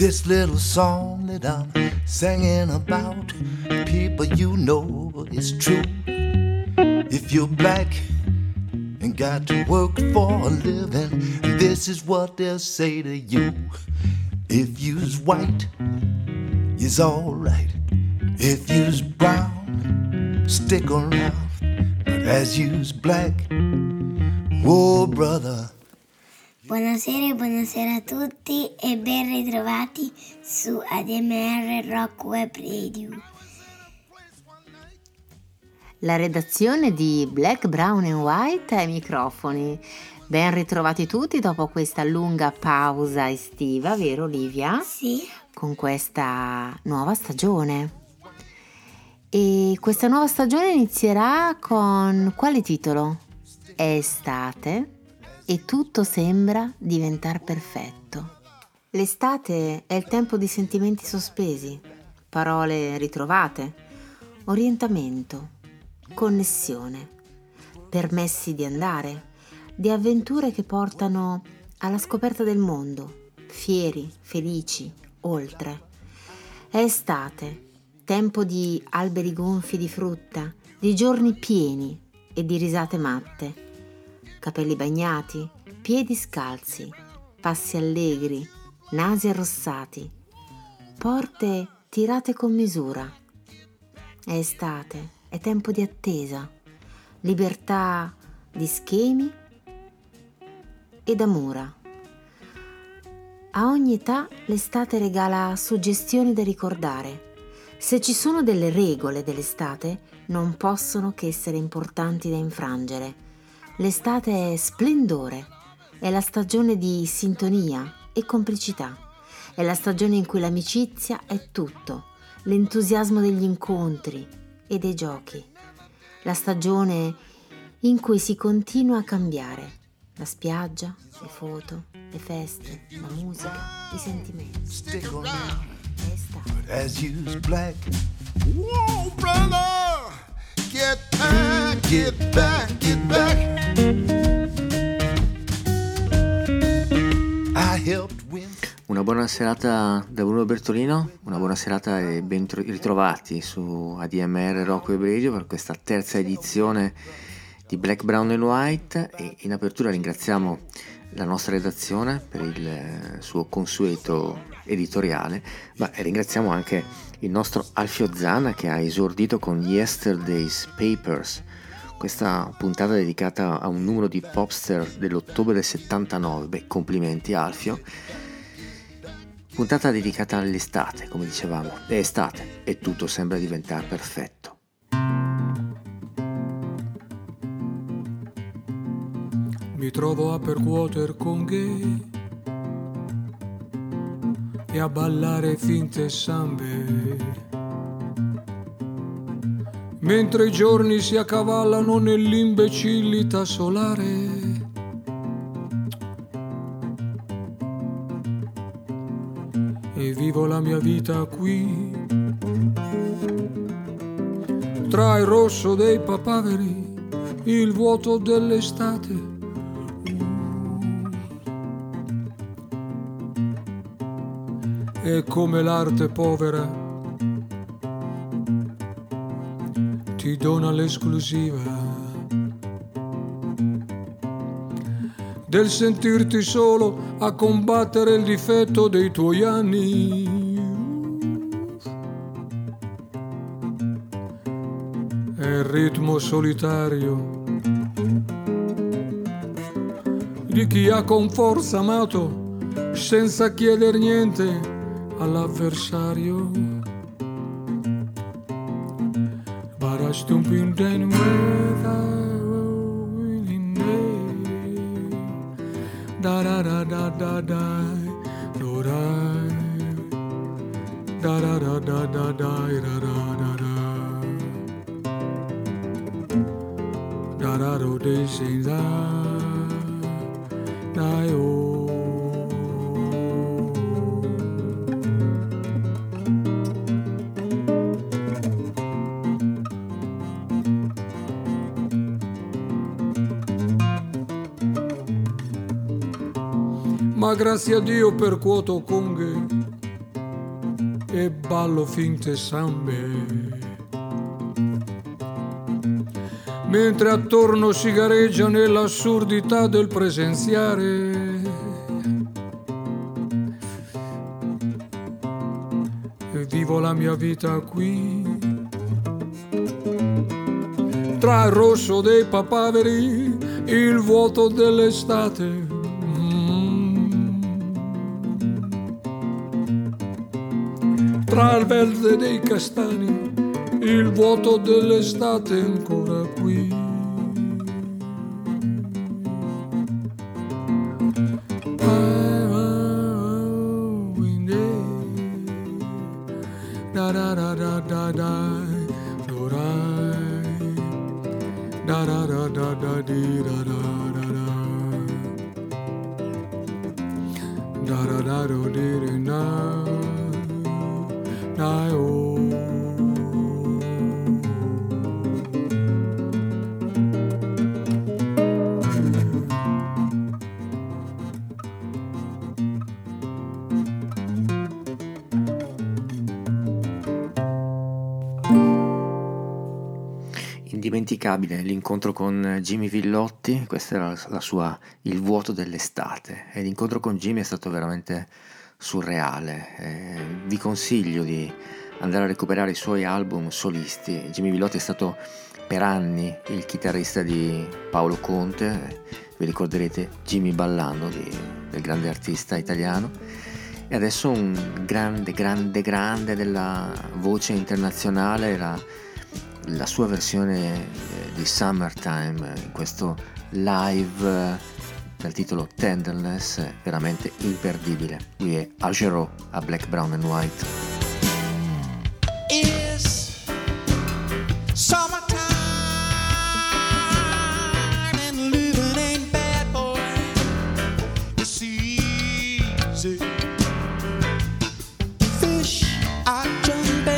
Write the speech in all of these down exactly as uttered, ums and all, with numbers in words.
This little song that I'm singing about, people, you know it's true. If you're black and got to work for a living, this is what they'll say to you. If you's white, you's alright. If you's brown, stick around. But as you's black, oh brother. Buonasera e buonasera a tutti e ben ritrovati su A D M R Rock Web Radio. La redazione di Black, Brown and White ai microfoni. Ben ritrovati tutti dopo questa lunga pausa estiva, vero Olivia? Sì. Con questa nuova stagione. E questa nuova stagione inizierà con quale titolo? È estate e tutto sembra diventare perfetto. L'estate è il tempo di sentimenti sospesi, parole ritrovate, orientamento, connessione, permessi di andare, di avventure che portano alla scoperta del mondo, fieri, felici, oltre. È estate, tempo di alberi gonfi di frutta, di giorni pieni e di risate matte. Capelli bagnati, piedi scalzi, passi allegri, nasi arrossati, porte tirate con misura. È estate, è tempo di attesa, libertà di schemi e d'amura. A ogni età l'estate regala suggestioni da ricordare. Se ci sono delle regole dell'estate, non possono che essere importanti da infrangere. L'estate è splendore, è la stagione di sintonia e complicità, è la stagione in cui l'amicizia è tutto, l'entusiasmo degli incontri e dei giochi, la stagione in cui si continua a cambiare, la spiaggia, le foto, le feste, la musica, i sentimenti. Stick around. È estate. But as you's black, Whoa, brother, get back, get back, get back. I helped win. Una buona serata da Bruno Bertolino, una buona serata e ben ritrovati su A D M R Rock Web Radio per questa terza edizione di Black, Brown and White. E in apertura ringraziamo la nostra redazione per il suo consueto editoriale, ma ringraziamo anche il nostro Alfio Zanna che ha esordito con Yesterday's Papers, questa puntata dedicata a un numero di Popster dell'ottobre del settantanove. Beh, complimenti Alfio. Puntata dedicata all'estate, come dicevamo, è estate e tutto sembra diventare perfetto. Mi trovo a percuoter con gay e a ballare finte sambe, mentre i giorni si accavallano nell'imbecillità solare. E vivo la mia vita qui, tra il rosso dei papaveri, il vuoto dell'estate. E come l'arte povera ti dona l'esclusiva del sentirti solo a combattere il difetto dei tuoi anni. È il ritmo solitario di chi ha con forza amato senza chiedere niente all'avversario. But I stomping down without willing da da da da da da do da da da da da da da da da da da da do de sing da da yo. Ma grazie a Dio percuoto conghe e ballo finte sambe. Mentre attorno si gareggia nell'assurdità del presenziare. E vivo la mia vita qui, tra il rosso dei papaveri, il vuoto dell'estate. Mm. Tra il verde dei castani, il vuoto dell'estate ancora qui. Da da da da da da do da da da da da di da da da da da da do di na na oh. Indimenticabile l'incontro con Jimmy Villotti, questa era la sua Il vuoto dell'estate, e l'incontro con Jimmy è stato veramente surreale. Eh, vi consiglio di andare a recuperare i suoi album solisti. Jimmy Villotti è stato per anni il chitarrista di Paolo Conte, vi ricorderete Jimmy Ballando di, del grande artista italiano, e adesso un grande grande grande della voce internazionale, la la sua versione di Summertime in questo live dal titolo Tenderness, veramente imperdibile. Lui è Al Jarreau a Black, Brown and White. It's summertime and living ain't bad, boy. It's easy. Fish are jumping.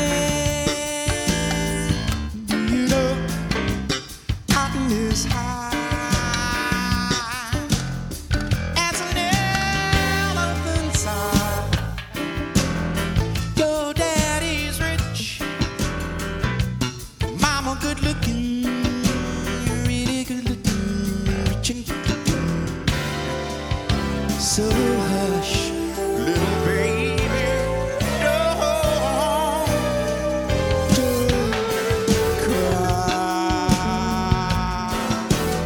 So hush, little baby, don't, don't cry.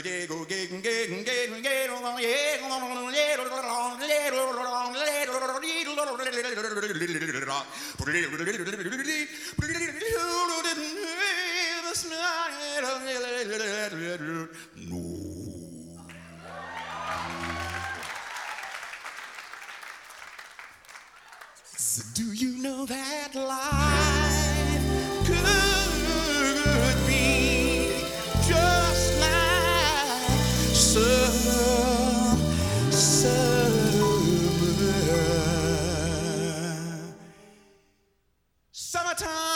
So do you know that life could be just like some summer, summertime?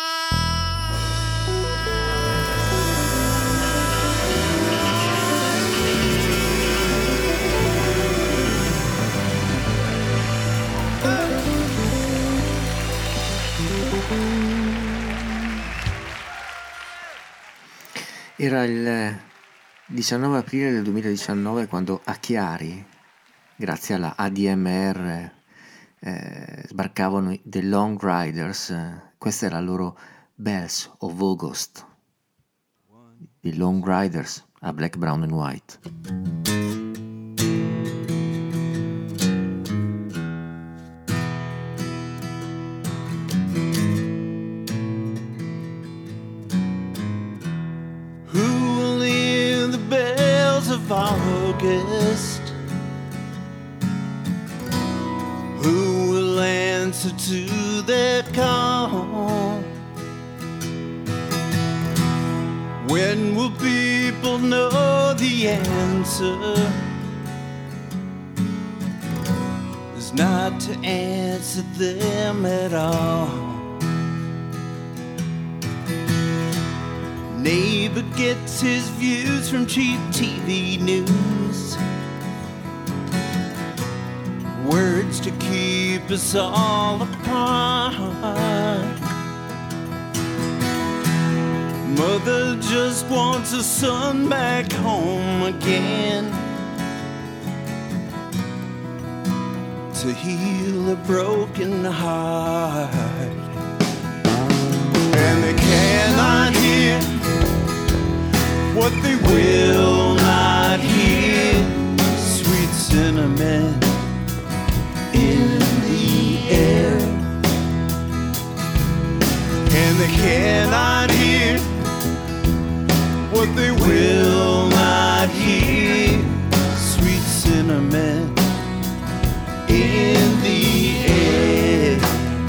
Era il diciannove aprile del duemiladiciannove quando a Chiari, grazie alla A D M R, eh, sbarcavano i The Long Riders. Questa era la loro Bells of August. I Long Riders a Black, Brown and White. August, who will answer to their call? When will people know the answer is not to answer them at all? Neighbor gets his views from cheap T V news, words to keep us all apart. Mother just wants her son back home again to heal a broken heart. And they cannot hear what they will not hear. Sweet cinnamon in the air. And they cannot hear what they will not hear. Sweet cinnamon in the air.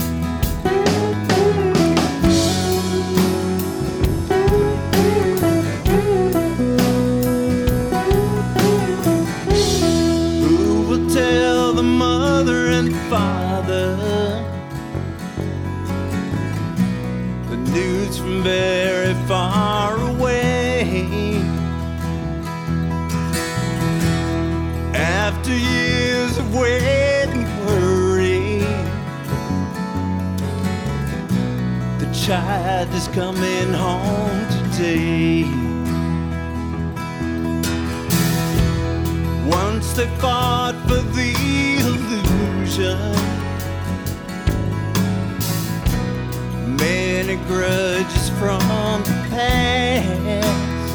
Father, the news from very far away. After years of wait and worry, the child is coming home today. Once they fought for the illusion, many grudges from the past.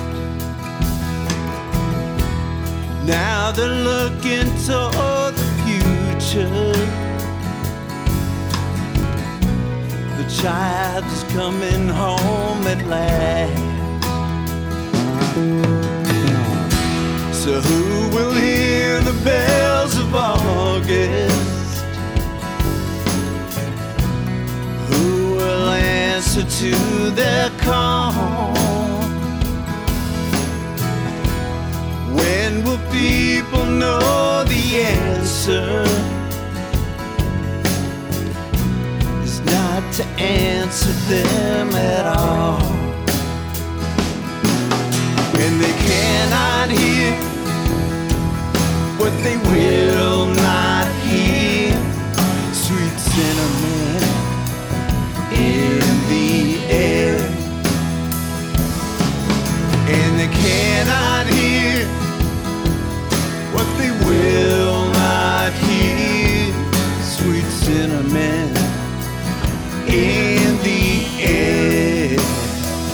Now they're looking toward the future. The child is coming home at last. So who will hear the bells of August? Who will answer to their call? When will people know the answer is not to answer them at all? And they cannot hear what they will not hear. Sweet cinnamon in the air. And they cannot hear what they will not hear. Sweet cinnamon in the air.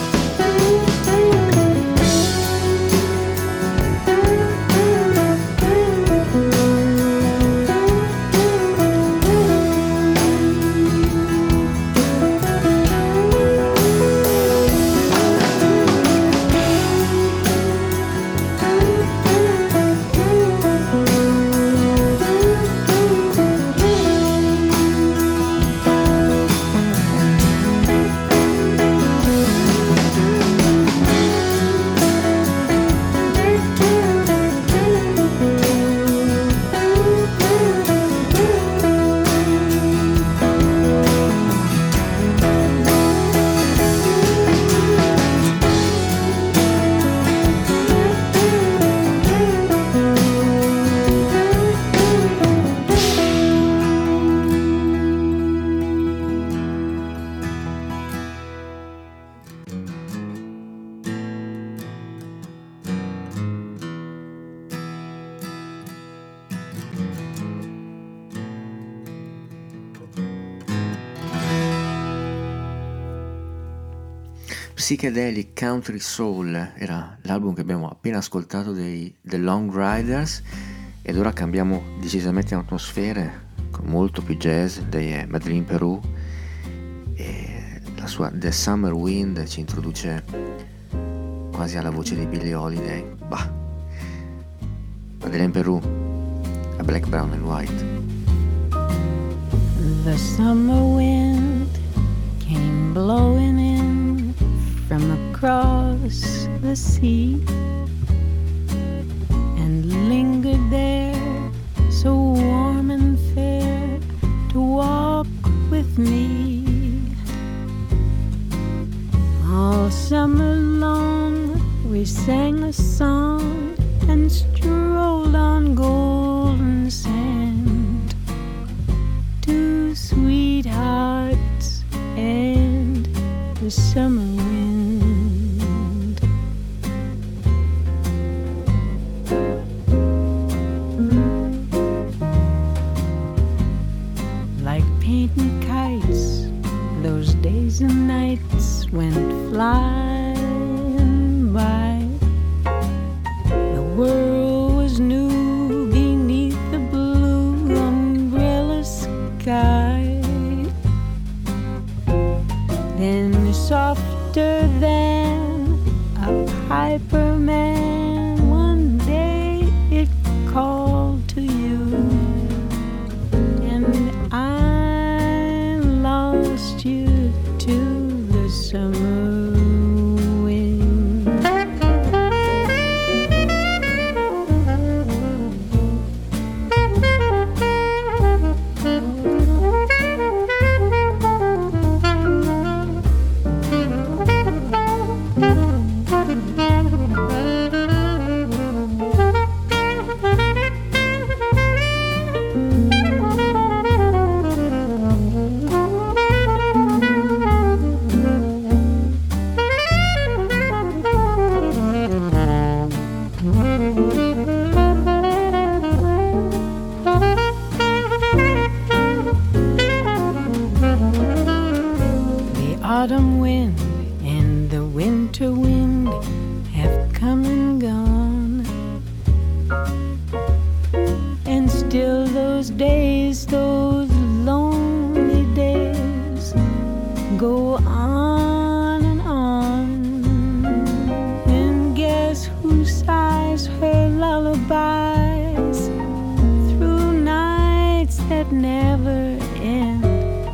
Psychedelic Country Soul era l'album che abbiamo appena ascoltato dei The Long Riders, ed ora cambiamo decisamente atmosfere con molto più jazz. Lei è Madeleine Peru e la sua The Summer Wind ci introduce quasi alla voce di Billie Holiday. Bah. Madeleine Peru a Black, Brown and White. The summer wind came blowing in from across the sea and lingered there, so warm and fair, to walk with me. All summer long we sang a song and strolled on golden sand, two sweethearts and the summer wind. Like painting kites, those days and nights went flying by. The world was new beneath the blue umbrella sky. Then softer than a piper man, one day it called to you, and I lost you to the summer wind. The autumn wind and the winter wind have come and gone, and still those days, those lonely days, go on and on. And guess who sighs her lullabies through nights that never end?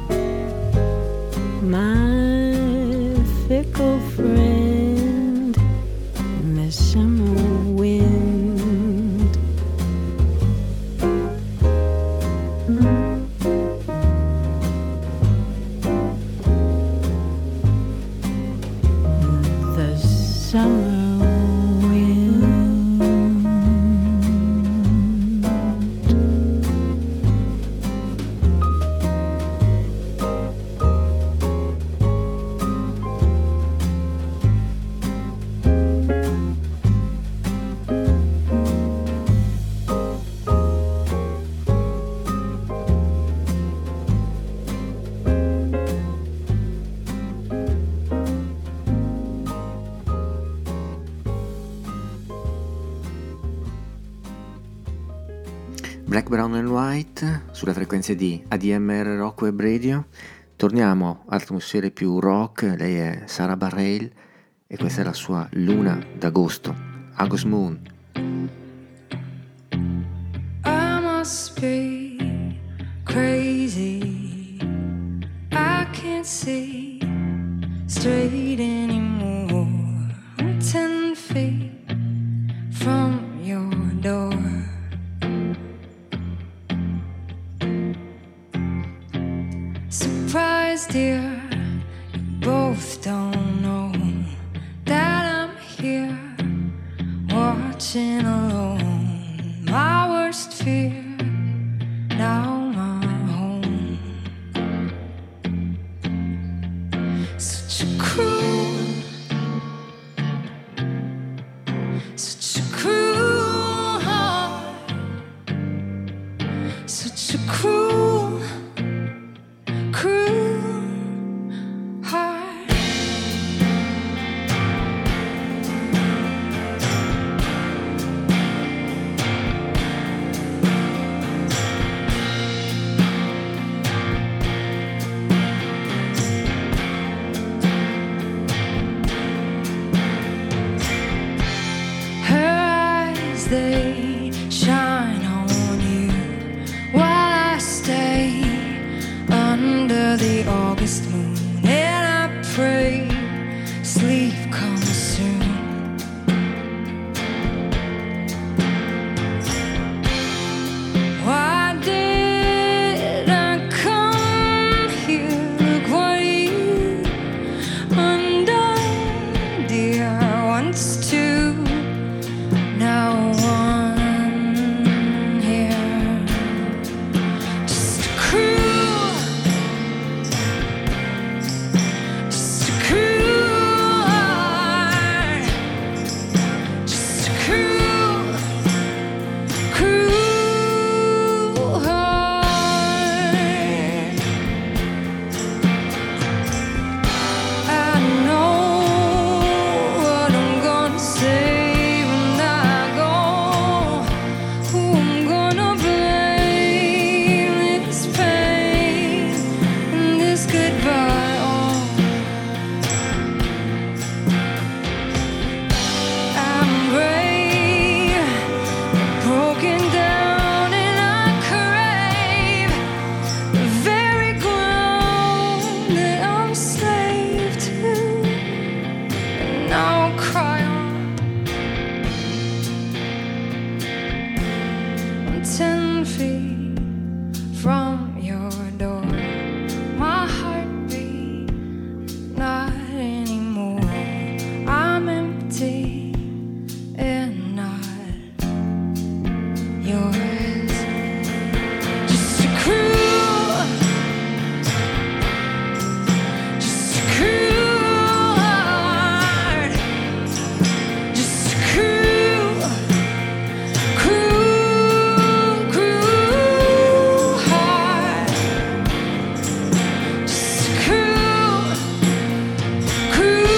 My fickle friend, the summer wind. The summer wind. Black, Brown and White sulle frequenze di A D M R Rock Web Radio. Torniamo a atmosfere più rock. Lei è Sara Bareilles e questa è la sua Luna d'agosto, August Moon. I must be crazy, I can't see straight anymore. I'm ten feet from your door. Surprise, dear, you both don't know that I'm here watching alone. My worst fear, now my home. Such a cruel, such a cruel heart, such a cruel, cruel heart. as they shine on you, while I stay under the August moon, and I pray sleep comes soon. Why did I come here? Look what you undone, dear. Once two, now one here. Just a cruel, just a cruel heart, just a cruel, cruel heart. I know what I'm gonna say when I go. Who I'm gonna blame this pain and this goodbye. Oh, I'm brave, broken down, and I crave the very ground that I'm slave to. And I'll cry on. I'm ten feet from your door. My heartbeat not anymore. I'm empty and not yours. Just a cruel, just a cruel heart, just a cruel, cruel, cruel heart, just a cruel, cruel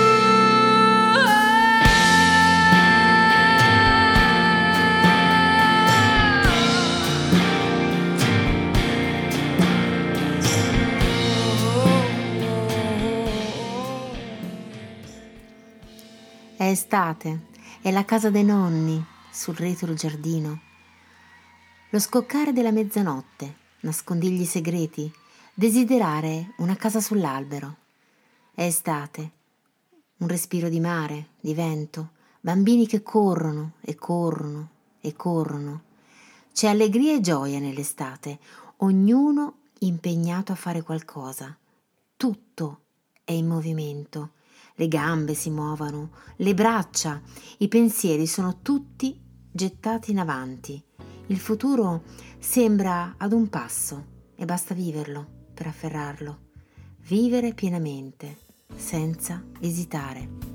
È estate, è la casa dei nonni sul retro giardino. Lo scoccare della mezzanotte, nascondigli segreti, desiderare una casa sull'albero. È estate, un respiro di mare, di vento, bambini che corrono e corrono e corrono. C'è allegria e gioia nell'estate, ognuno impegnato a fare qualcosa. Tutto è in movimento. Le gambe si muovono, le braccia, i pensieri sono tutti gettati in avanti. Il futuro sembra ad un passo e basta viverlo per afferrarlo. Vivere pienamente, senza esitare.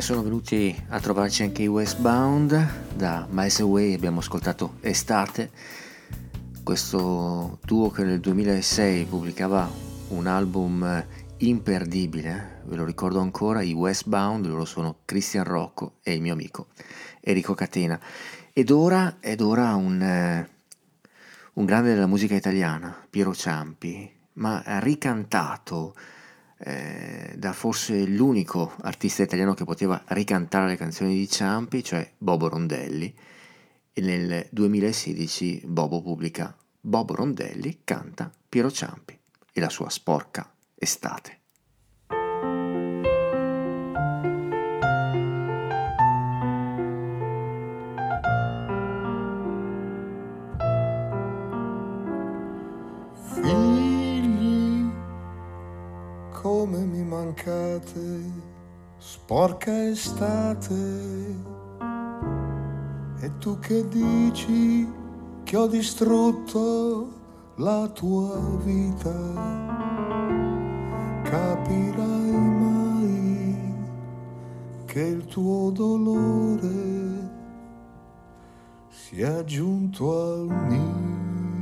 sono venuti a trovarci anche i Westbound. Da Miles Away abbiamo ascoltato Estate, questo duo che nel duemilasei pubblicava un album imperdibile, ve lo ricordo ancora, i Westbound. Loro sono Cristian Rocco e il mio amico Enrico Catena. Ed ora, ed ora un, eh, un grande della musica italiana, Piero Ciampi, ma ricantato eh, da forse l'unico artista italiano che poteva ricantare le canzoni di Ciampi, cioè Bobo Rondelli. E nel duemilasedici Bobo pubblica Bobo Rondelli canta Piero Ciampi e la sua sporca Estate. Figli, come mi mancate, sporca estate. E tu che dici che ho distrutto la tua vita? Capirai mai che il tuo dolore si è aggiunto al mio?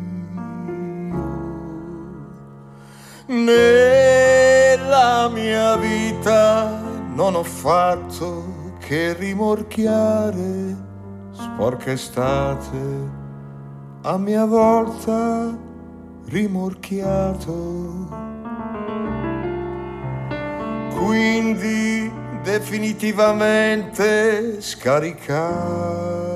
Nella mia vita non ho fatto che rimorchiare, sporca estate, a mia volta rimorchiato. Quindi definitivamente scaricato.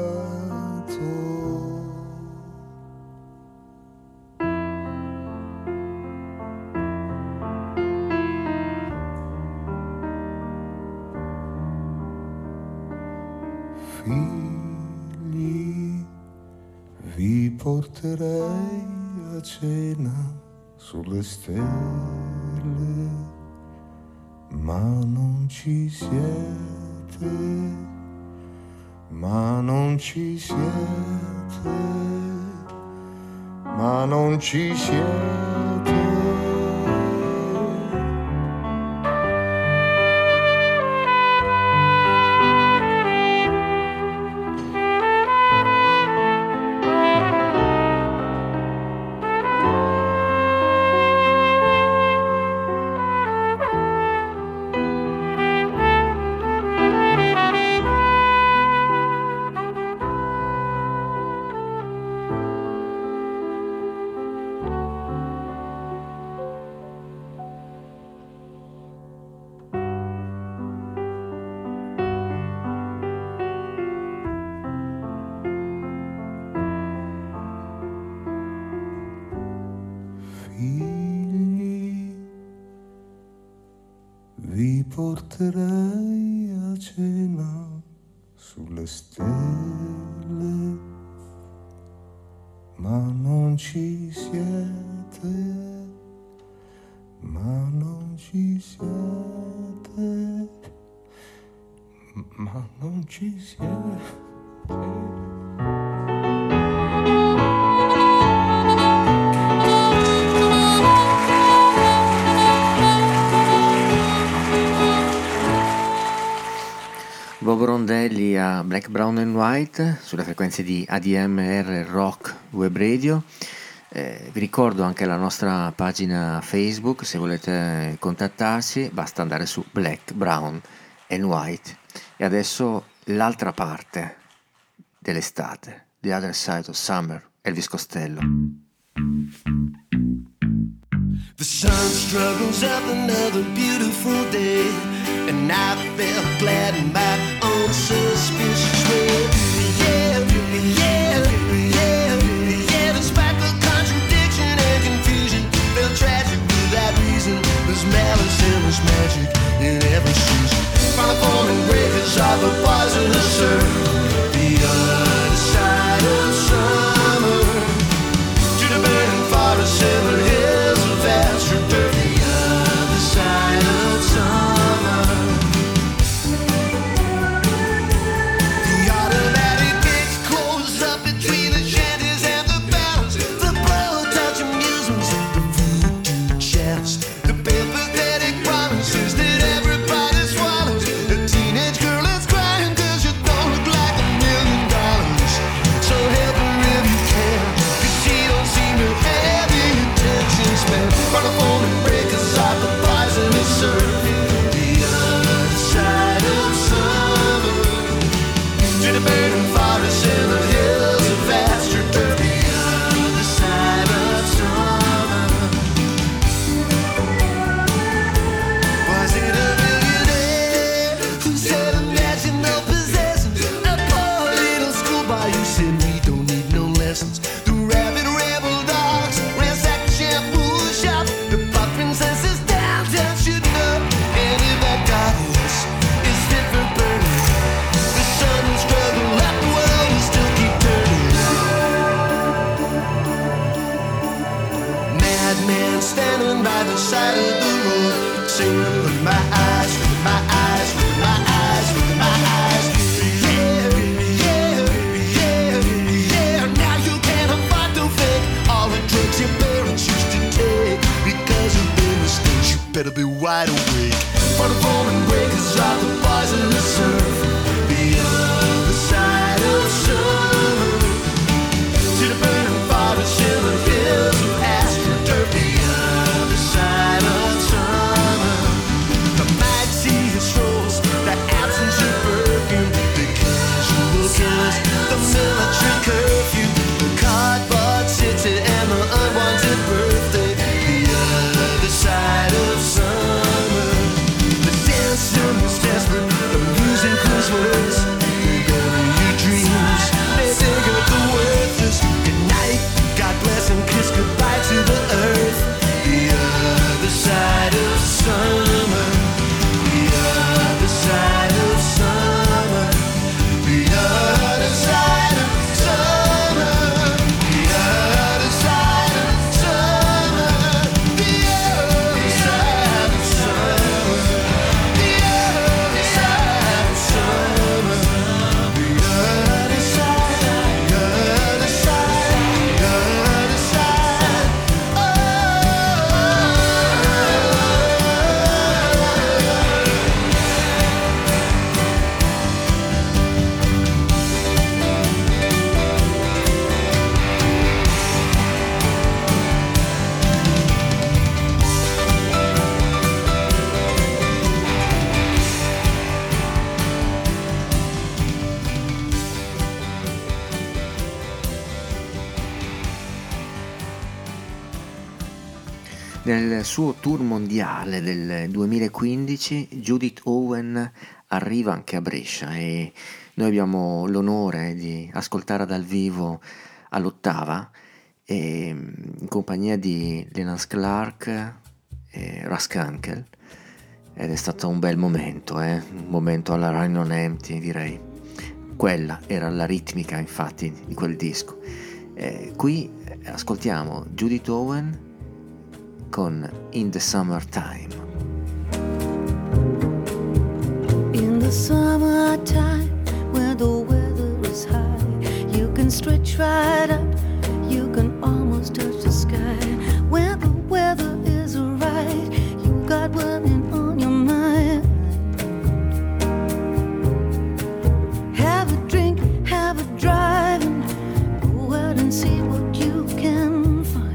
Figli, vi porterei a cena sulle stelle, ma non ci siete, ma non ci siete, ma non ci siete. Vi porterei a cena sulle stelle, ma non ci siete, ma non ci siete, ma non ci siete. Bobo Rondelli a Black, Brown and White sulle frequenze di A D M R Rock Web Radio. Eh, vi ricordo anche la nostra pagina Facebook, se volete contattarci basta andare su Black, Brown and White. E adesso l'altra parte dell'estate, The Other Side of Summer, Elvis Costello. The sun struggles up another beautiful day, and I felt glad in my own suspicious way. Yeah, yeah, yeah, yeah. Despite the contradiction and confusion, felt tragic without reason. There's malice and there's magic in every season. Final form and breakers are the poisonous earth. The other side of summer, to the burning forest, seven hills of astroturf. The other side of summer. said we don't need no lessons. The rabbit rebel dogs ransack shampoo shop. The pop princesses downtown shooting up. And if that goddess is fit for burning, the sun will struggle up the world and still keep turning. Madman standing by the side of the road, saying, look at my eyes, look at my eyes, look at my eyes, look at my eyes. Yeah, yeah, yeah, yeah. Now you can't afford to fake all the drugs your parents used to take. Because of their mistakes, you better be wide awake. For the fallen breakers are the boys in the surf. The other side of summer. To the burning forest in the hills of astroturf. The other side of summer. The might see its rolls, the absence of perfume, the casual killers, the military curfew, the cardboard city and the unwanted birthday. The other side of summer. The dancer was desperate, the music was worse. They bury your dreams, they dig up the worthless. Good night, God bless and kiss goodbye to the earth. The other side of summer. The other side of summer. The other side of summer. The other side of summer. The other side of summer. The other side of summer. The other side, the other side, the other side. Nel suo tour mondiale del duemilaquindici Judith Owen arriva anche a Brescia e noi abbiamo l'onore di ascoltarla dal vivo all'Ottava e, in compagnia di Lance Clark e Russ Kunkel, ed è stato un bel momento, eh? Un momento alla Rhino on Empty, direi. Quella era la ritmica, infatti, di quel disco. E qui ascoltiamo Judith Owen con In the Summertime. In the summertime, when the weather is high, you can stretch right up, you can almost touch the sky. When the weather is right, you got women on your mind. Have a drink, have a drive, and go out and see what you can find.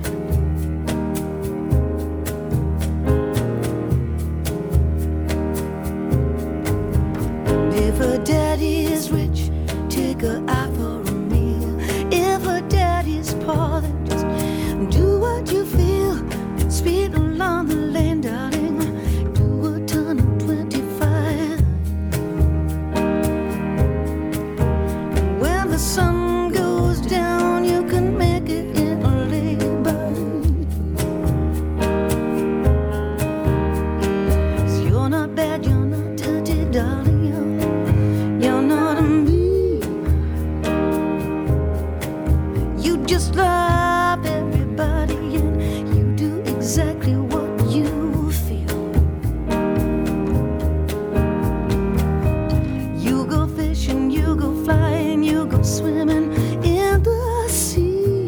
If her daddy is rich, take her out for a meal. If her daddy's poor, then just do what you feel. Speed along the lane, darling, do a ton of twenty-five. When the sun goes down, you can make it in a lay-by. 'Cause you're not bad, you're not dirty, darling. You're not a me. You just love everybody and you do exactly what you feel. You go fishing, you go flying, you go swimming in the sea.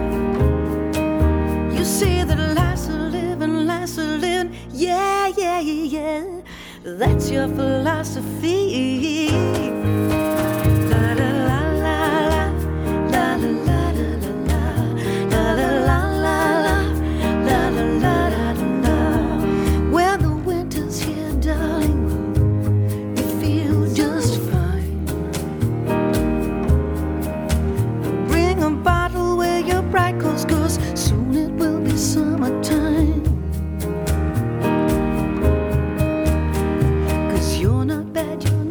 You say that life's a living, life's a living, yeah, yeah, yeah, yeah. That's your philosophy. La la la la la, la la la la la, la la la la, la la la la la. When the winter's here, darling, you feel just fine. Bring a bottle where your bright goes, 'cause soon it will be summertime. You're not bad, you're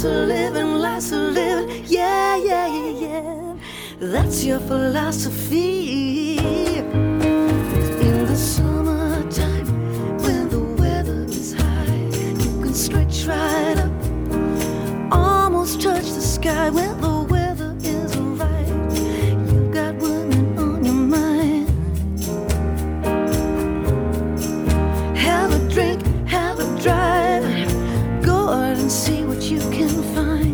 lots of living, lots of living. Yeah, yeah, yeah, yeah. That's your philosophy. In the summertime, when the weather is high, you can stretch right up, almost touch the sky. When the weather is right, you got women on your mind. Have a drink, have a drive, go out and see what you can find.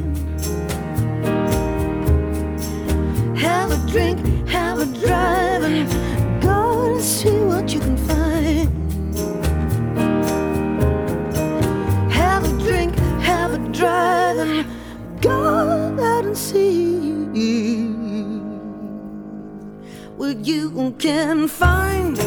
Have a drink, have a drive, and go out and see what you can find. Have a drink, have a drive, and go out and see what you can find.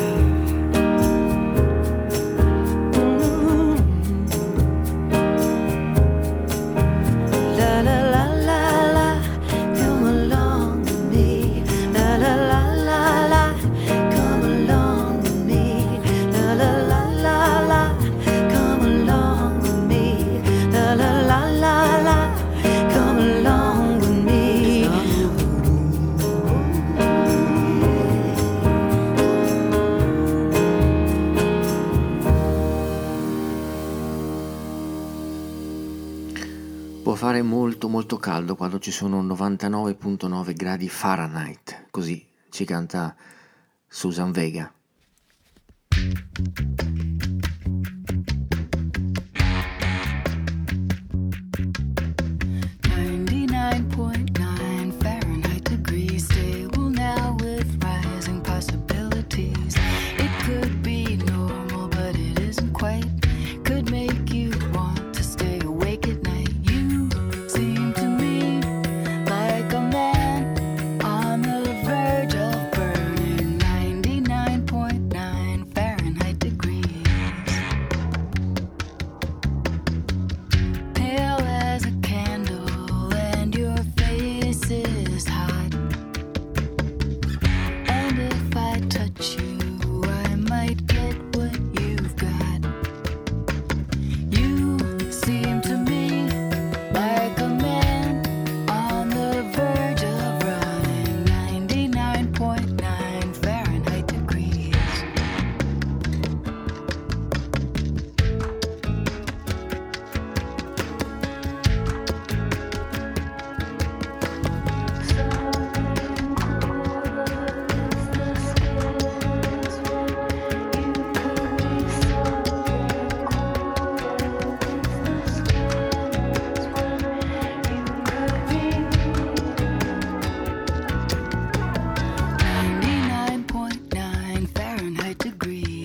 Può fare molto molto caldo quando ci sono novantanove virgola nove gradi Fahrenheit, così ci canta Susan Vega. ninety-nine point nine Fahrenheit degrees, stable now with rising possibilities. It could be normal, but it isn't quite. Could make you want to stay awake at night. You seem to me like a man on the verge of burning. ninety-nine point nine Fahrenheit degrees. Pale as a candle and your face is hot. And if I touch you, I might get what you've got. You seem to me like a man on the verge of running. ninety-nine point nine Fahrenheit degrees. ninety-nine point nine Fahrenheit degrees.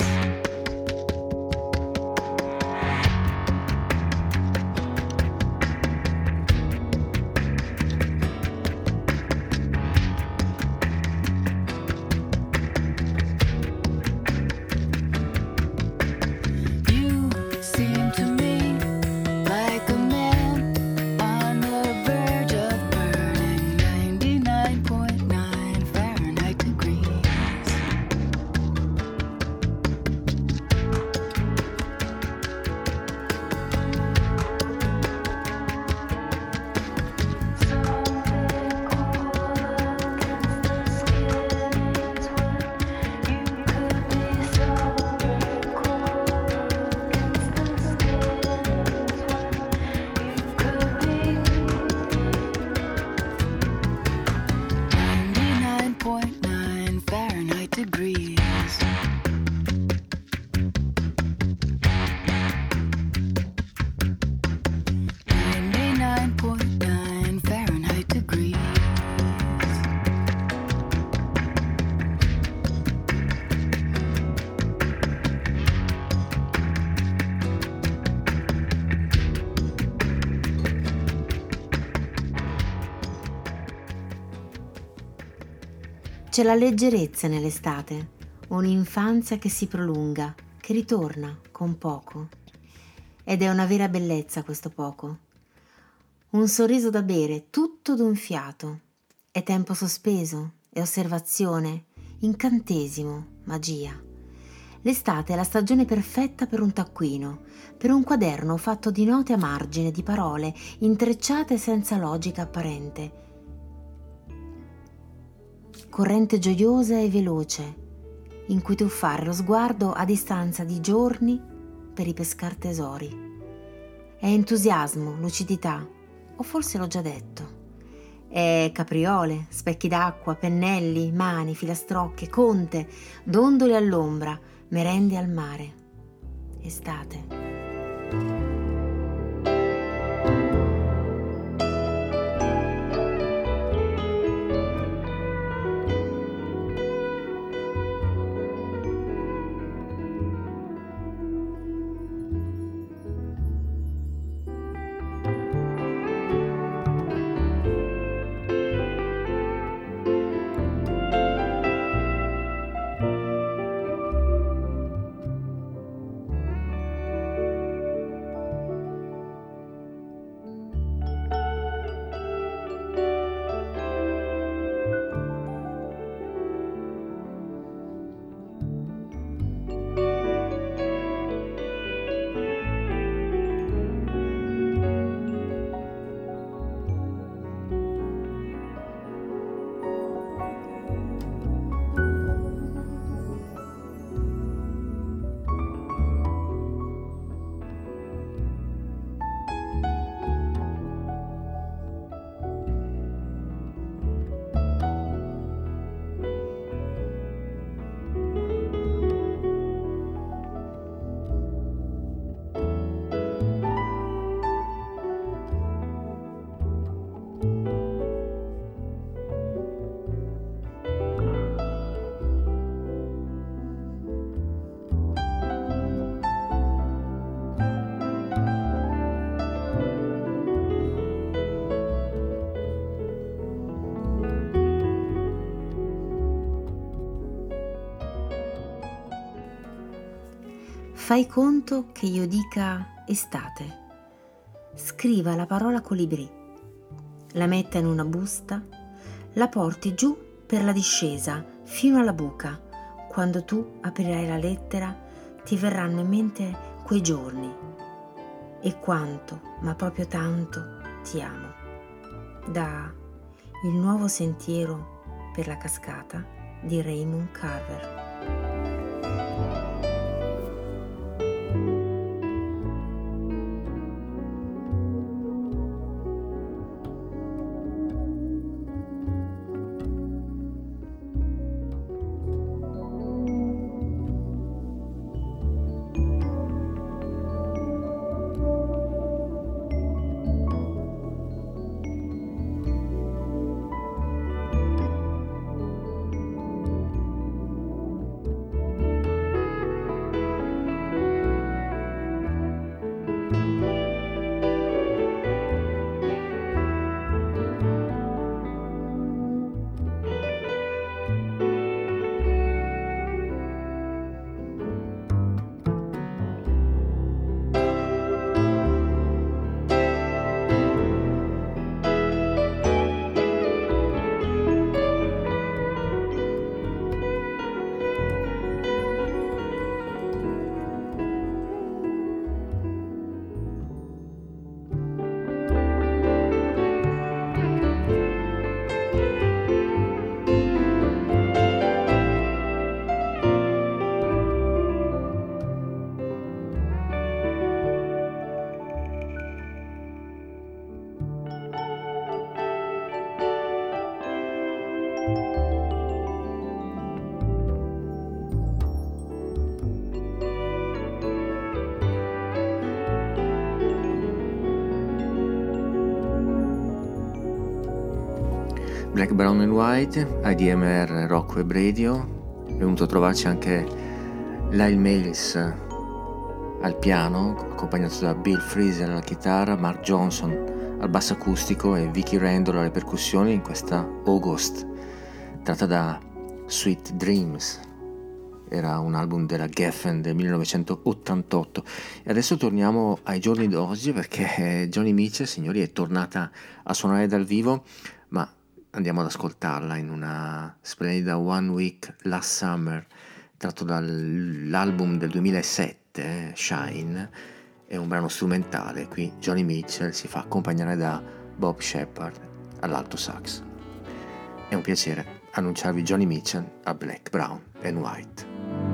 You seem to me like a man on the verge of burning. ninety-nine point nine Fahrenheit degrees. ninety-nine point nine Fahrenheit degrees. ninety-nine point nine Fahrenheit degrees. C'è la leggerezza nell'estate, un'infanzia che si prolunga, che ritorna con poco. Ed è una vera bellezza questo poco. Un sorriso da bere, tutto d'un fiato. È tempo sospeso, è osservazione, incantesimo, magia. L'estate è la stagione perfetta per un taccuino, per un quaderno fatto di note a margine, di parole intrecciate senza logica apparente. Corrente gioiosa e veloce, in cui tuffare lo sguardo a distanza di giorni per ripescar tesori. È entusiasmo, lucidità, o forse l'ho già detto. È capriole, specchi d'acqua, pennelli, mani, filastrocche, conte, dondoli all'ombra, merende al mare. Estate. Fai conto che io dica estate. Scriva la parola colibrì, la metta in una busta, la porti giù per la discesa fino alla buca. Quando tu aprirai la lettera ti verranno in mente quei giorni e quanto, ma proprio tanto, ti amo. Da Il nuovo sentiero per la cascata di Raymond Carver. Black, Brown and White, I D M R Rock Web Radio. È venuto a trovarci anche Lyle Melis al piano, accompagnato da Bill Frisell alla chitarra, Mark Johnson al basso acustico e Vicky Randall alle percussioni in questa August, tratta da Sweet Dreams. Era un album della Geffen del millenovecentottantotto. E adesso torniamo ai giorni d'oggi, perché Joni Mitchell, signori, è tornata a suonare dal vivo, ma andiamo ad ascoltarla in una splendida One Week Last Summer, tratto dall'album del duemilasette, eh, Shine, è un brano strumentale. Qui Johnny Mitchell si fa accompagnare da Bob Shepard all'alto sax. È un piacere annunciarvi Johnny Mitchell a Black, Brown and White.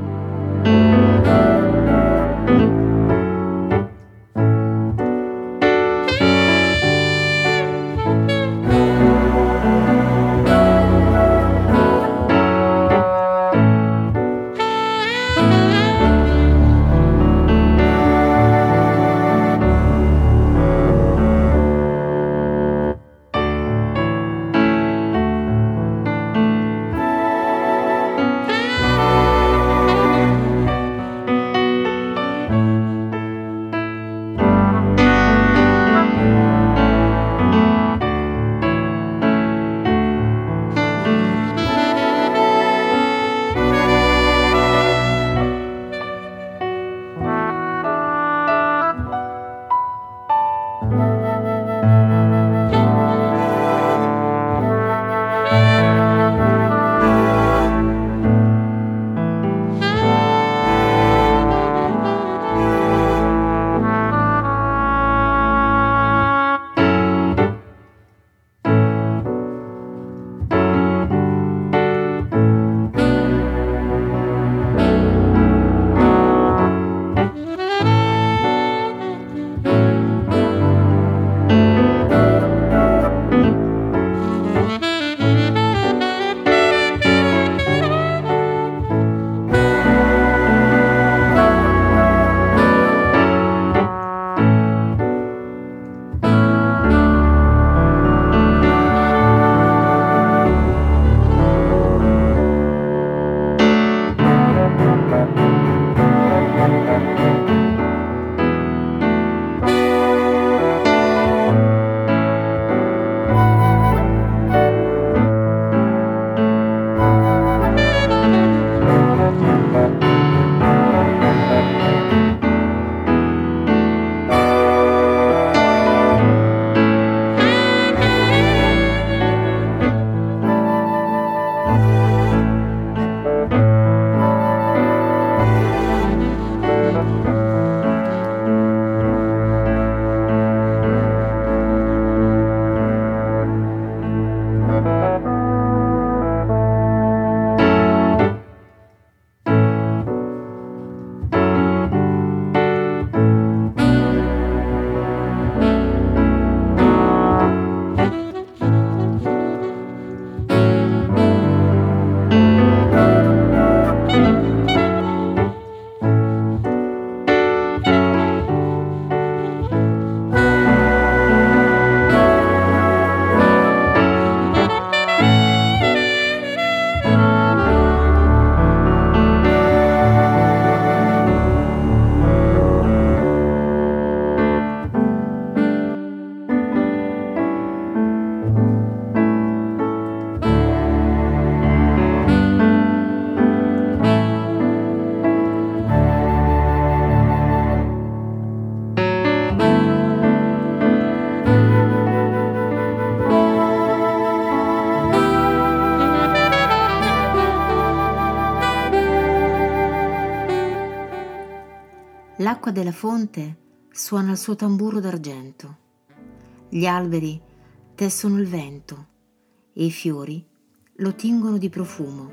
L'acqua della fonte suona il suo tamburo d'argento. Gli alberi tessono il vento e i fiori lo tingono di profumo.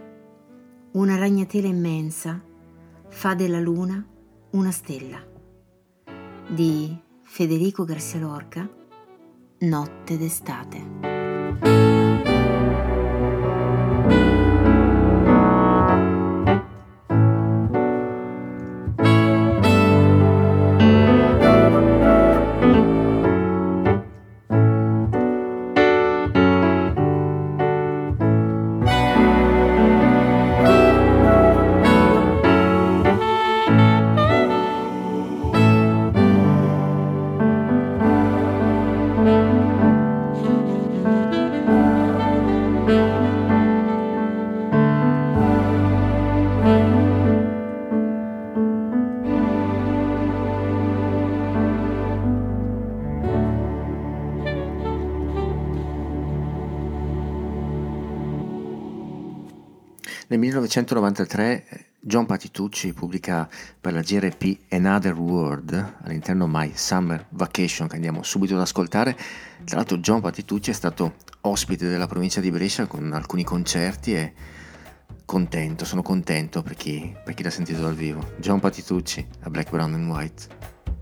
Una ragnatela immensa fa della luna una stella. Di Federico Garcia Lorca, Notte d'estate. Nel millenovecentonovantatré John Patitucci pubblica per la G R P Another World, all'interno My Summer Vacation, che andiamo subito ad ascoltare. Tra l'altro John Patitucci è stato ospite della provincia di Brescia con alcuni concerti e contento, sono contento per chi, per chi l'ha sentito dal vivo. John Patitucci a Black, Brown and White.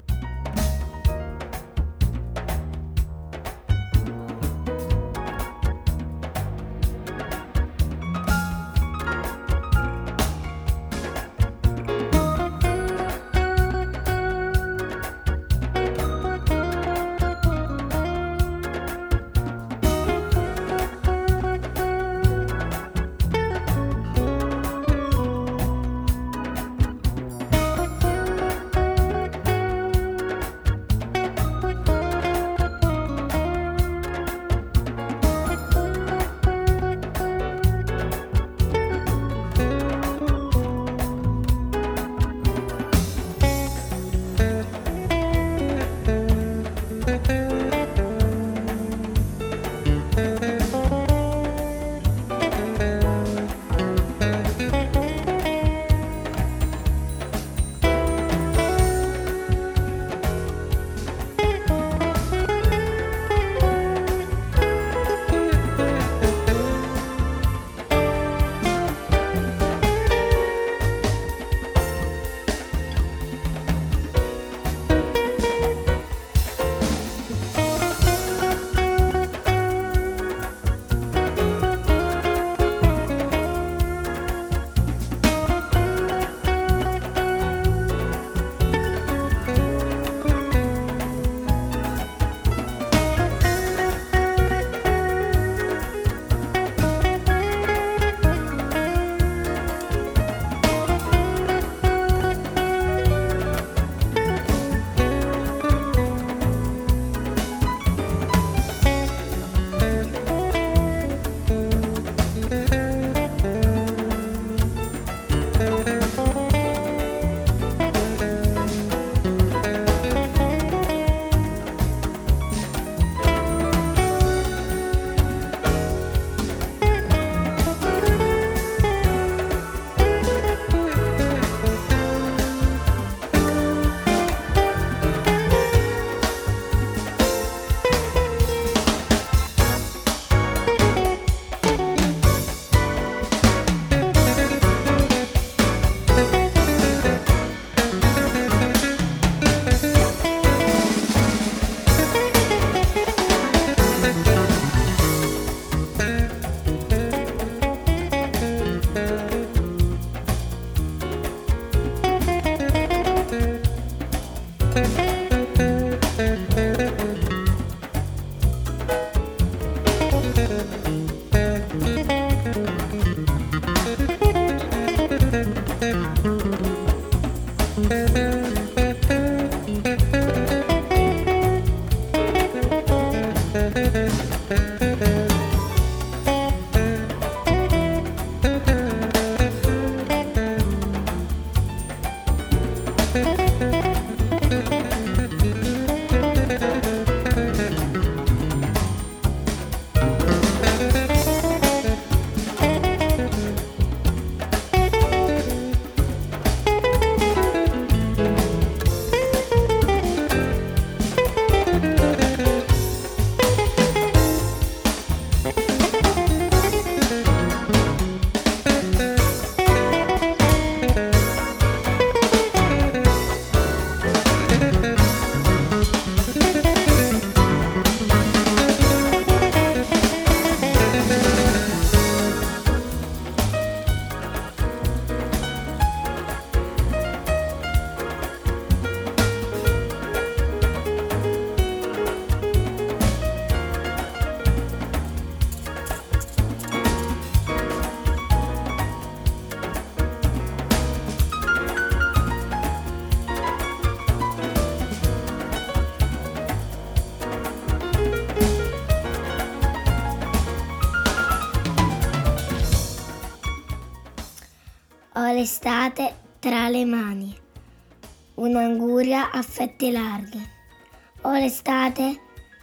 Ho l'estate tra le mani, un'anguria a fette larghe. Ho l'estate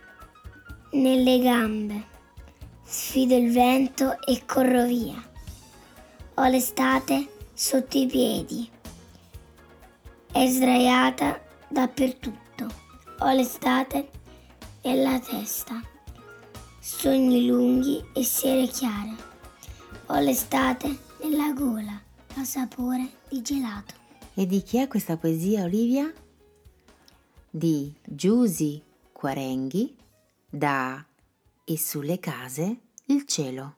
nelle gambe, sfido il vento e corro via. Ho l'estate sotto i piedi, è sdraiata dappertutto. Ho l'estate nella testa, sogni lunghi e sere chiare. Ho l'estate nella gola, ha sapore di gelato. E di chi è questa poesia, Olivia? Di Giusy Quarenghi, da E sulle case il cielo.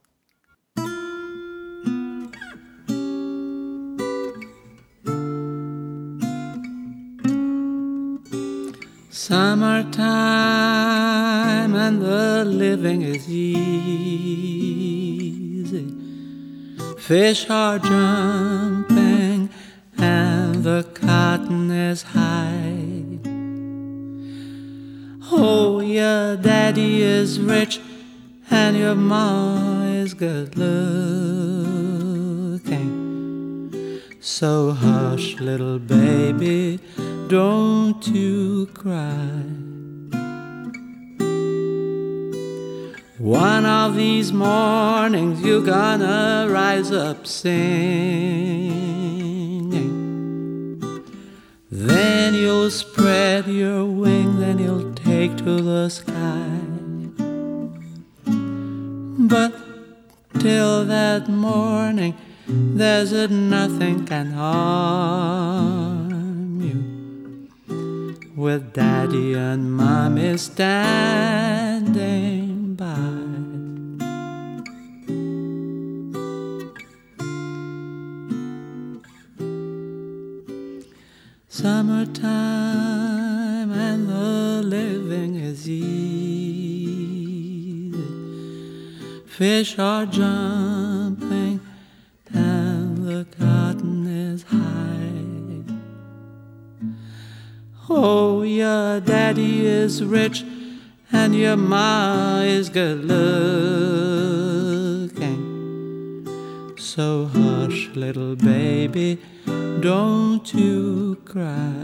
Summertime and the living is easy. Fish are jumping and the cotton is high. Oh, your daddy is rich and your ma is good looking. So hush, little baby, don't you cry. One of these mornings you're gonna rise up singing. Then you'll spread your wings and you'll take to the sky. But till that morning there's a nothing can harm you, with daddy and mommy standing by. Summertime and the living is easy. Fish are jumping and the cotton is high. Oh, your daddy is rich and your ma is good looking. So hush, little baby, don't you cry.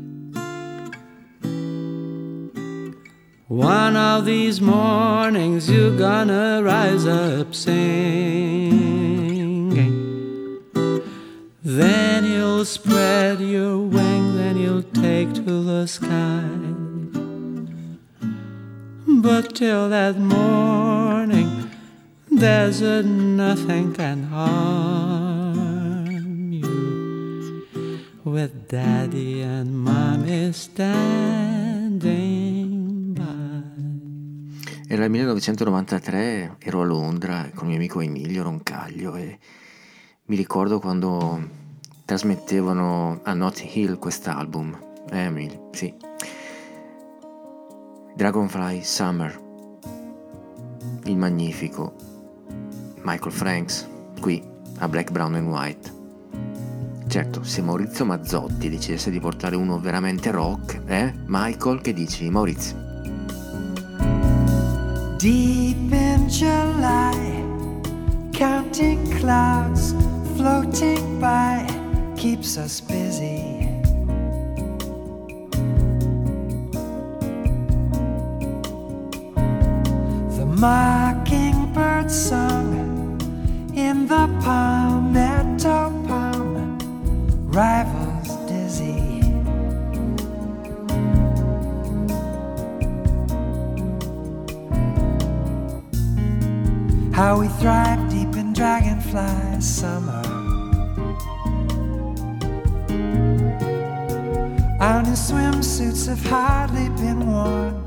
One of these mornings you're gonna rise up singing. Then you'll spread your wings and you'll take to the sky. But till that morning there's a nothing can harm you, with daddy and mommy standing by. Era il millenovecentonovantatré, ero a Londra con il mio amico Emilio Roncaglio e mi ricordo quando trasmettevano a Notting Hill quest'album. Eh, Emilio, sì. Dragonfly Summer, il magnifico Michael Franks, qui a Black, Brown and White. Certo, se Maurizio Mazzotti decidesse di portare uno veramente rock, eh? Michael, che dici, Maurizio? Deep in July, counting clouds floating by keeps us busy. The mockingbird song in the palmetto palm rivals dizzy. How we thrive deep in dragonfly summer. Our new swimsuits have hardly been worn.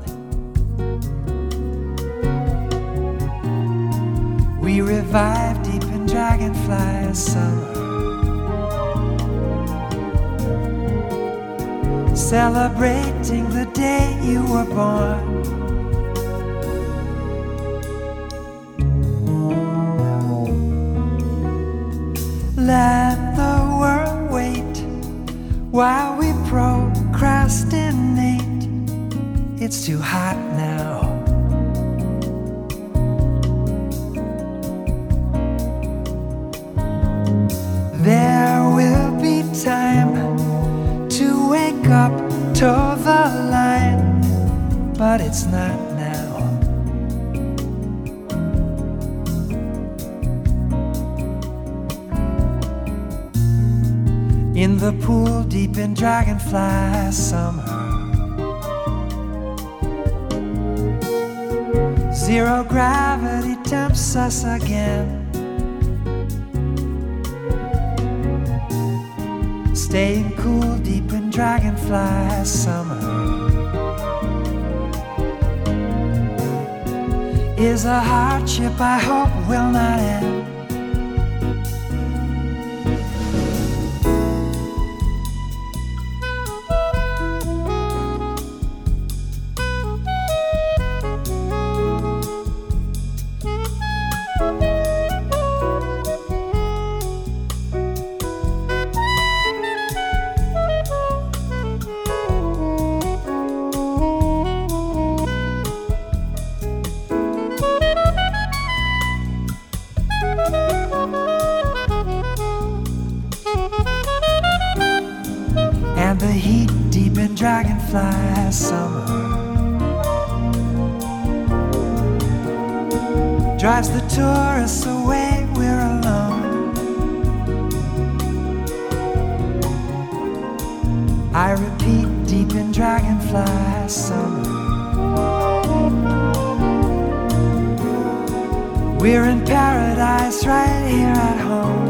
We revive deep in dragonfly summer, celebrating the day you were born. Let the world wait while we procrastinate. It's too hot now. There will be time to wake up, toe the line, but it's not now. in the pool deep in Dragonfly Summer. Zero gravity tempts us again. Staying cool deep in Dragonfly Summer is a hardship I hope will not end. The heat deep in Dragonfly Summer drives the tourists away, we're alone. I repeat, deep in Dragonfly Summer we're in paradise right here at home.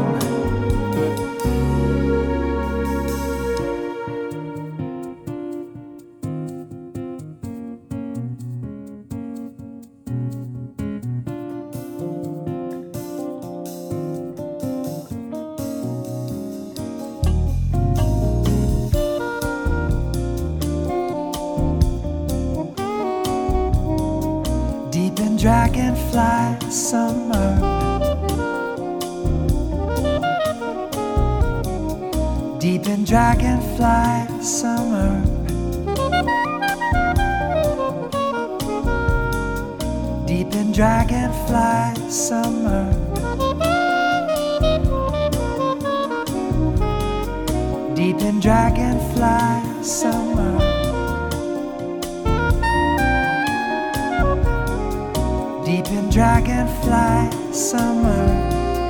Dragonfly Summer deep in Dragonfly Summer deep in Dragonfly Summer deep in Dragonfly Summer deep in Dragonfly Summer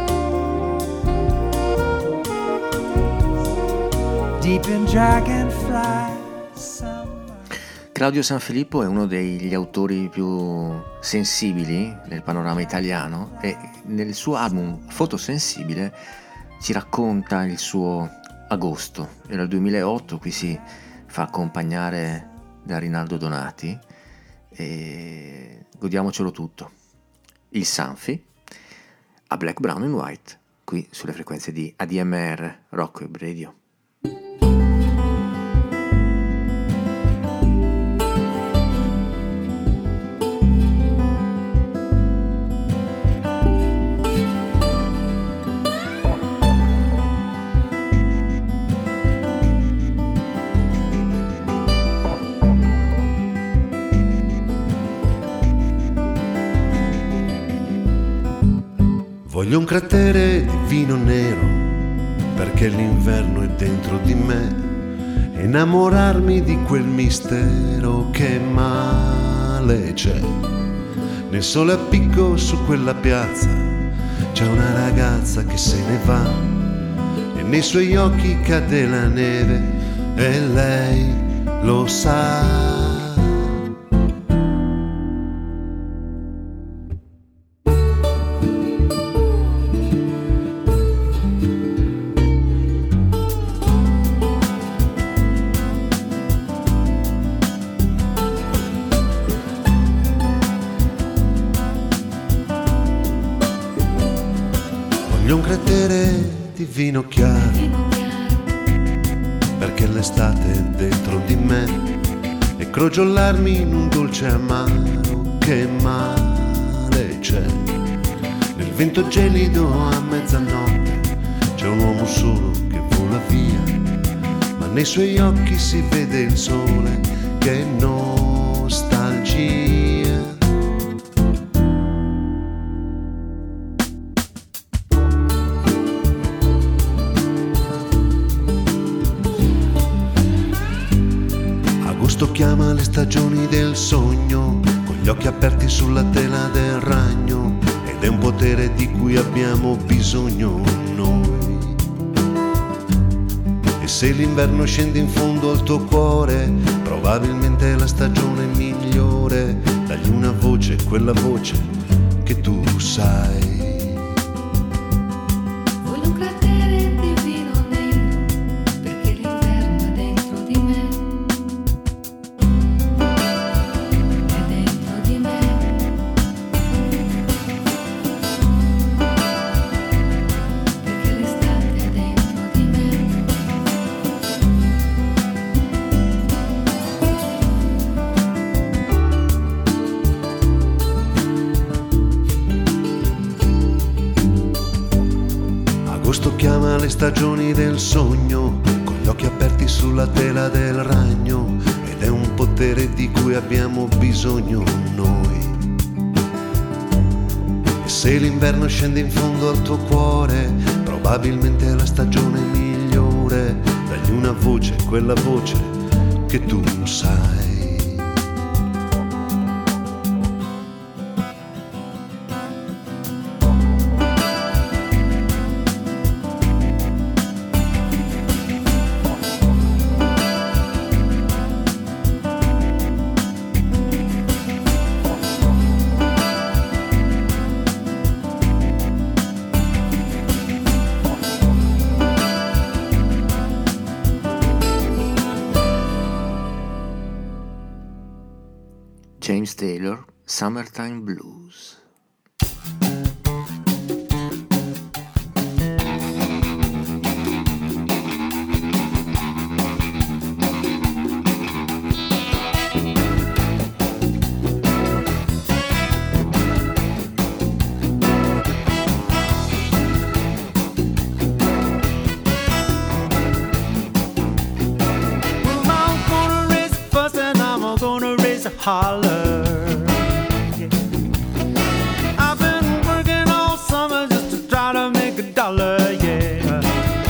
deep in Dragonfly Summer. Claudio Sanfilippo è uno degli autori più sensibili nel panorama italiano e nel suo album Fotosensibile ci racconta il suo agosto. Era il duemilaotto, qui si fa accompagnare da Rinaldo Donati e godiamocelo tutto. Il Sanfi a Black, Brown and White qui sulle frequenze di A D M R Rock Web Radio. Voglio un cratere di vino nero perché l'inverno è dentro di me, innamorarmi di quel mistero che male c'è. Nel sole a picco su quella piazza c'è una ragazza che se ne va e nei suoi occhi cade la neve e lei lo sa. Un cratere di vino chiaro perché l'estate è dentro di me e crogiolarmi in un dolce amaro che male c'è. Nel vento gelido a mezzanotte c'è un uomo solo che vola via, ma nei suoi occhi si vede il sole che è nostalgia. Chiama le stagioni del sogno con gli occhi aperti sulla tela del ragno ed è un potere di cui abbiamo bisogno noi. se l'inverno scende in fondo al tuo cuore, probabilmente è la stagione migliore. Dagli una voce, quella voce che tu sai. Voglio un cratere di vino nero, perché l'inverno è dentro di me. È dentro di me. Perché l'estate è dentro di me. Agosto chiama le stagioni del sogno, con gli occhi aperti sulla tela del ragno, ed è un potere di cui abbiamo bisogno noi. E se l'inverno scende in fondo al tuo cuore, probabilmente è la stagione migliore. Dagli una voce, quella voce che tu sai. James Taylor, Summertime Blues. Holler. Yeah. I've been working all summer just to try to make a dollar, yeah.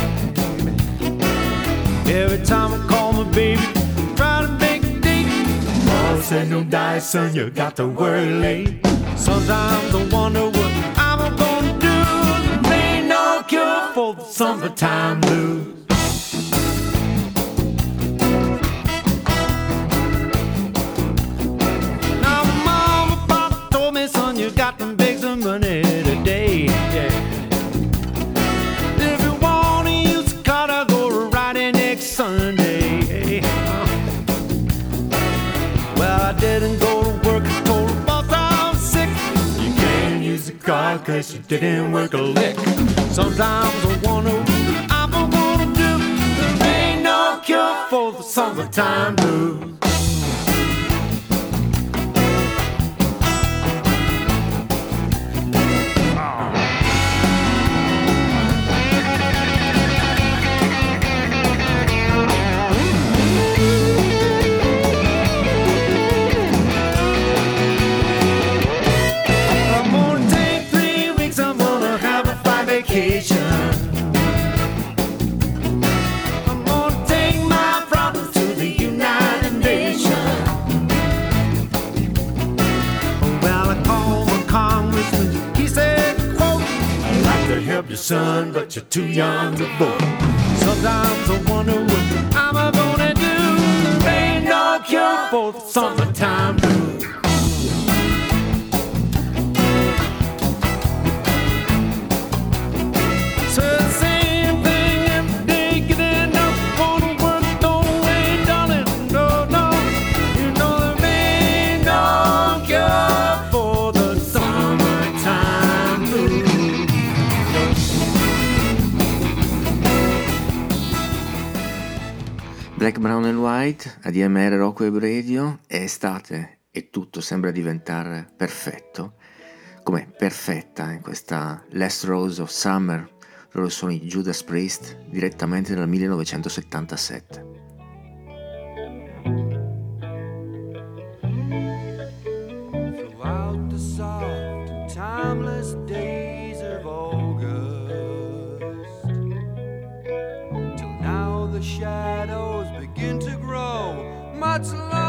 Every time I call my baby, try to make a date. Mom said no dice, son, you got to work late. Sometimes I wonder what I'm gonna do. There ain't no cure for the summertime blues. You got to make some money today, yeah. If you want to use a car to go riding next Sunday. Well, I didn't go to work, I told the boss I was sick. You can't use the car cause you didn't work a lick. Sometimes I wonder what I'm gonna do. There ain't no cure for the summertime blues. I'm gonna take my problems to the United Nations. Well, I called my congressman, he said, quote, I'd like to help you, son, but you're too young to vote. Sometimes I wonder what I'm gonna do. There ain't no cure for the summertime blues. Black, Brown and White, A D M R Rock Web Radio, è estate e tutto sembra diventare perfetto. Com'è perfetta in questa Last Rose of Summer, loro sono i Judas Priest direttamente dal millenovecentosettantasette. Throughout the soft and timeless days of August, till now the shadows begin to grow much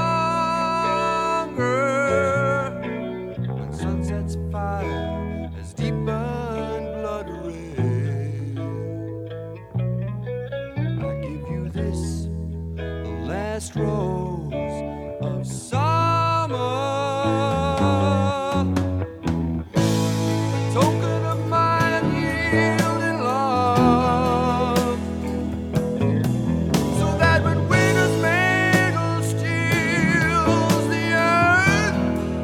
longer, when sunset's fire has deepened blood red. I give you last rose of summer. Token of my unyielding love, so that when winter's mantle steals the earth,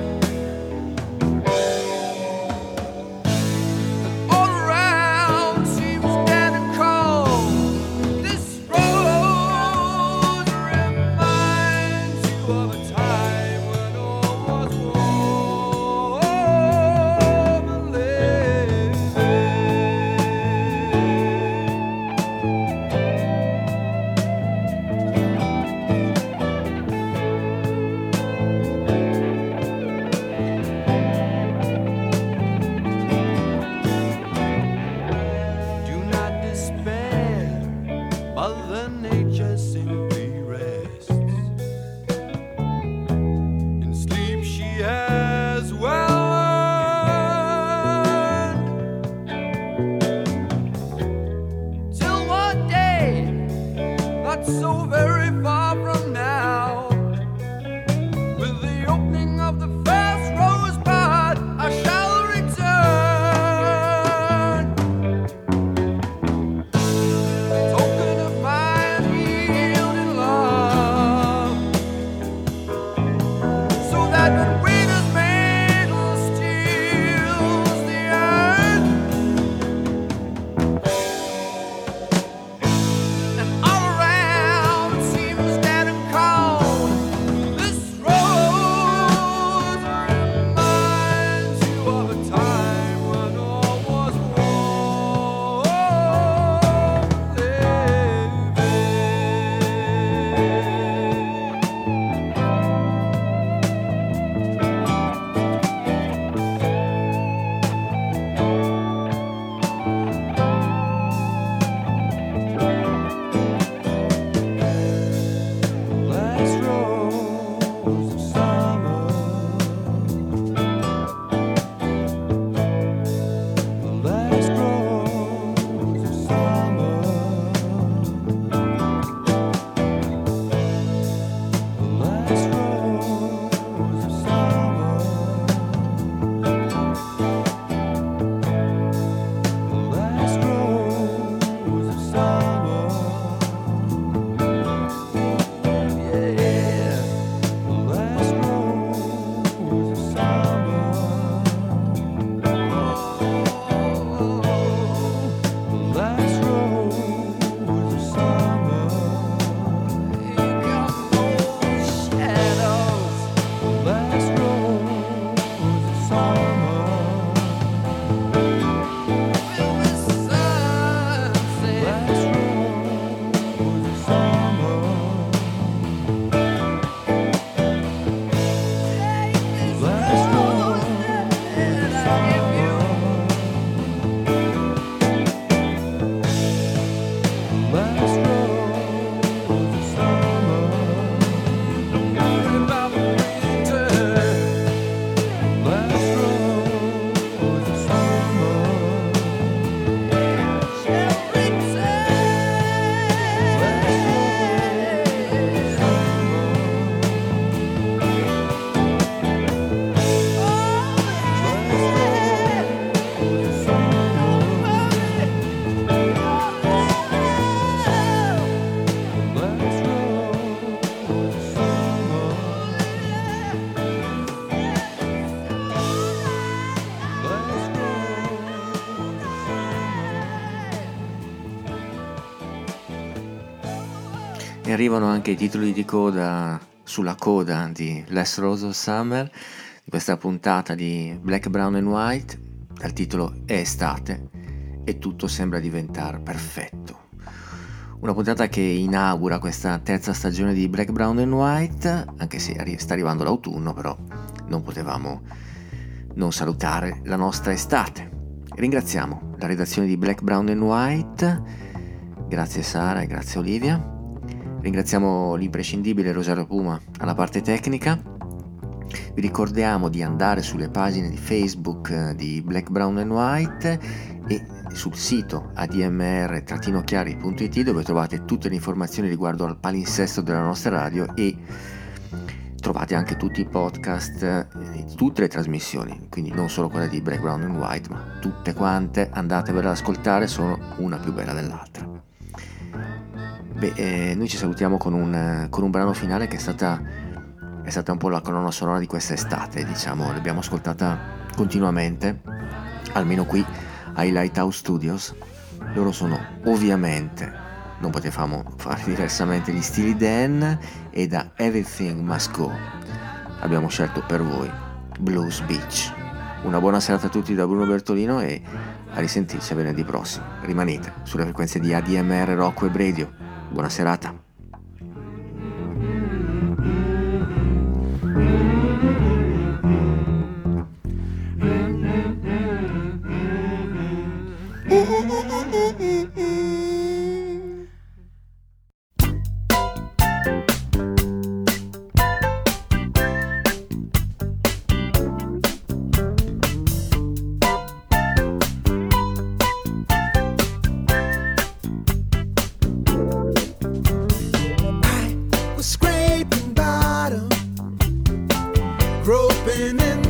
and all around seems dead and cold, this rose reminds you of a time when all was warm and living. Do not despair, Mother Nature simply rests. In sleep she has well earned, till one day, not so very far from now, with the opening of the first rosebud, I shall return. Token of my unyielding love, so that when winter's mantle steals the earth, and all around seems dead and cold, this rose reminds you of a time when all was warm and living. Last rose of summer, the last rose of summer, the last rose of summer, the last rose of summer. Yeah, the last rose of summer. Oh, the last rose of summer. Here come those shadows. The last rose of summer. Feel the sunset. Last rose of summer. Last rose that I give you. Last rose of summer. Forgot about winter. Last rose of summer. Shall return. Last rose of E arrivano anche i titoli di coda sulla coda di Last Rose of Summer, di questa puntata di Black, Brown and White, dal titolo È estate e tutto sembra diventare perfetto. Una puntata che inaugura questa terza stagione di Black, Brown and White, anche se arri- sta arrivando l'autunno, però non potevamo non salutare la nostra estate. Ringraziamo la redazione di Black, Brown and White, grazie Sara e grazie Olivia. Ringraziamo l'imprescindibile Rosario Puma alla parte tecnica. Vi ricordiamo di andare sulle pagine di Facebook di Black, Brown and White e sul sito a d m r chiari punto i t, dove trovate tutte le informazioni riguardo al palinsesto della nostra radio e trovate anche tutti i podcast, tutte le trasmissioni, quindi non solo quella di Black, Brown and White, ma tutte quante, andatevele ad ascoltare, sono una più bella dell'altra. Beh, eh, noi ci salutiamo con un, con un brano finale che è stata, è stata un po' la colonna sonora di questa estate, diciamo, l'abbiamo ascoltata continuamente, almeno qui ai Lighthouse Studios. Loro sono ovviamente, non potevamo fare diversamente, gli Steely Dan, e da Everything Must Go abbiamo scelto per voi Blues Beach. Una buona serata a tutti da Bruno Bertolino e a risentirci a venerdì prossimo. Rimanete sulle frequenze di A D M R Rock Web Radio. Buona serata. Scraping bottom, groping in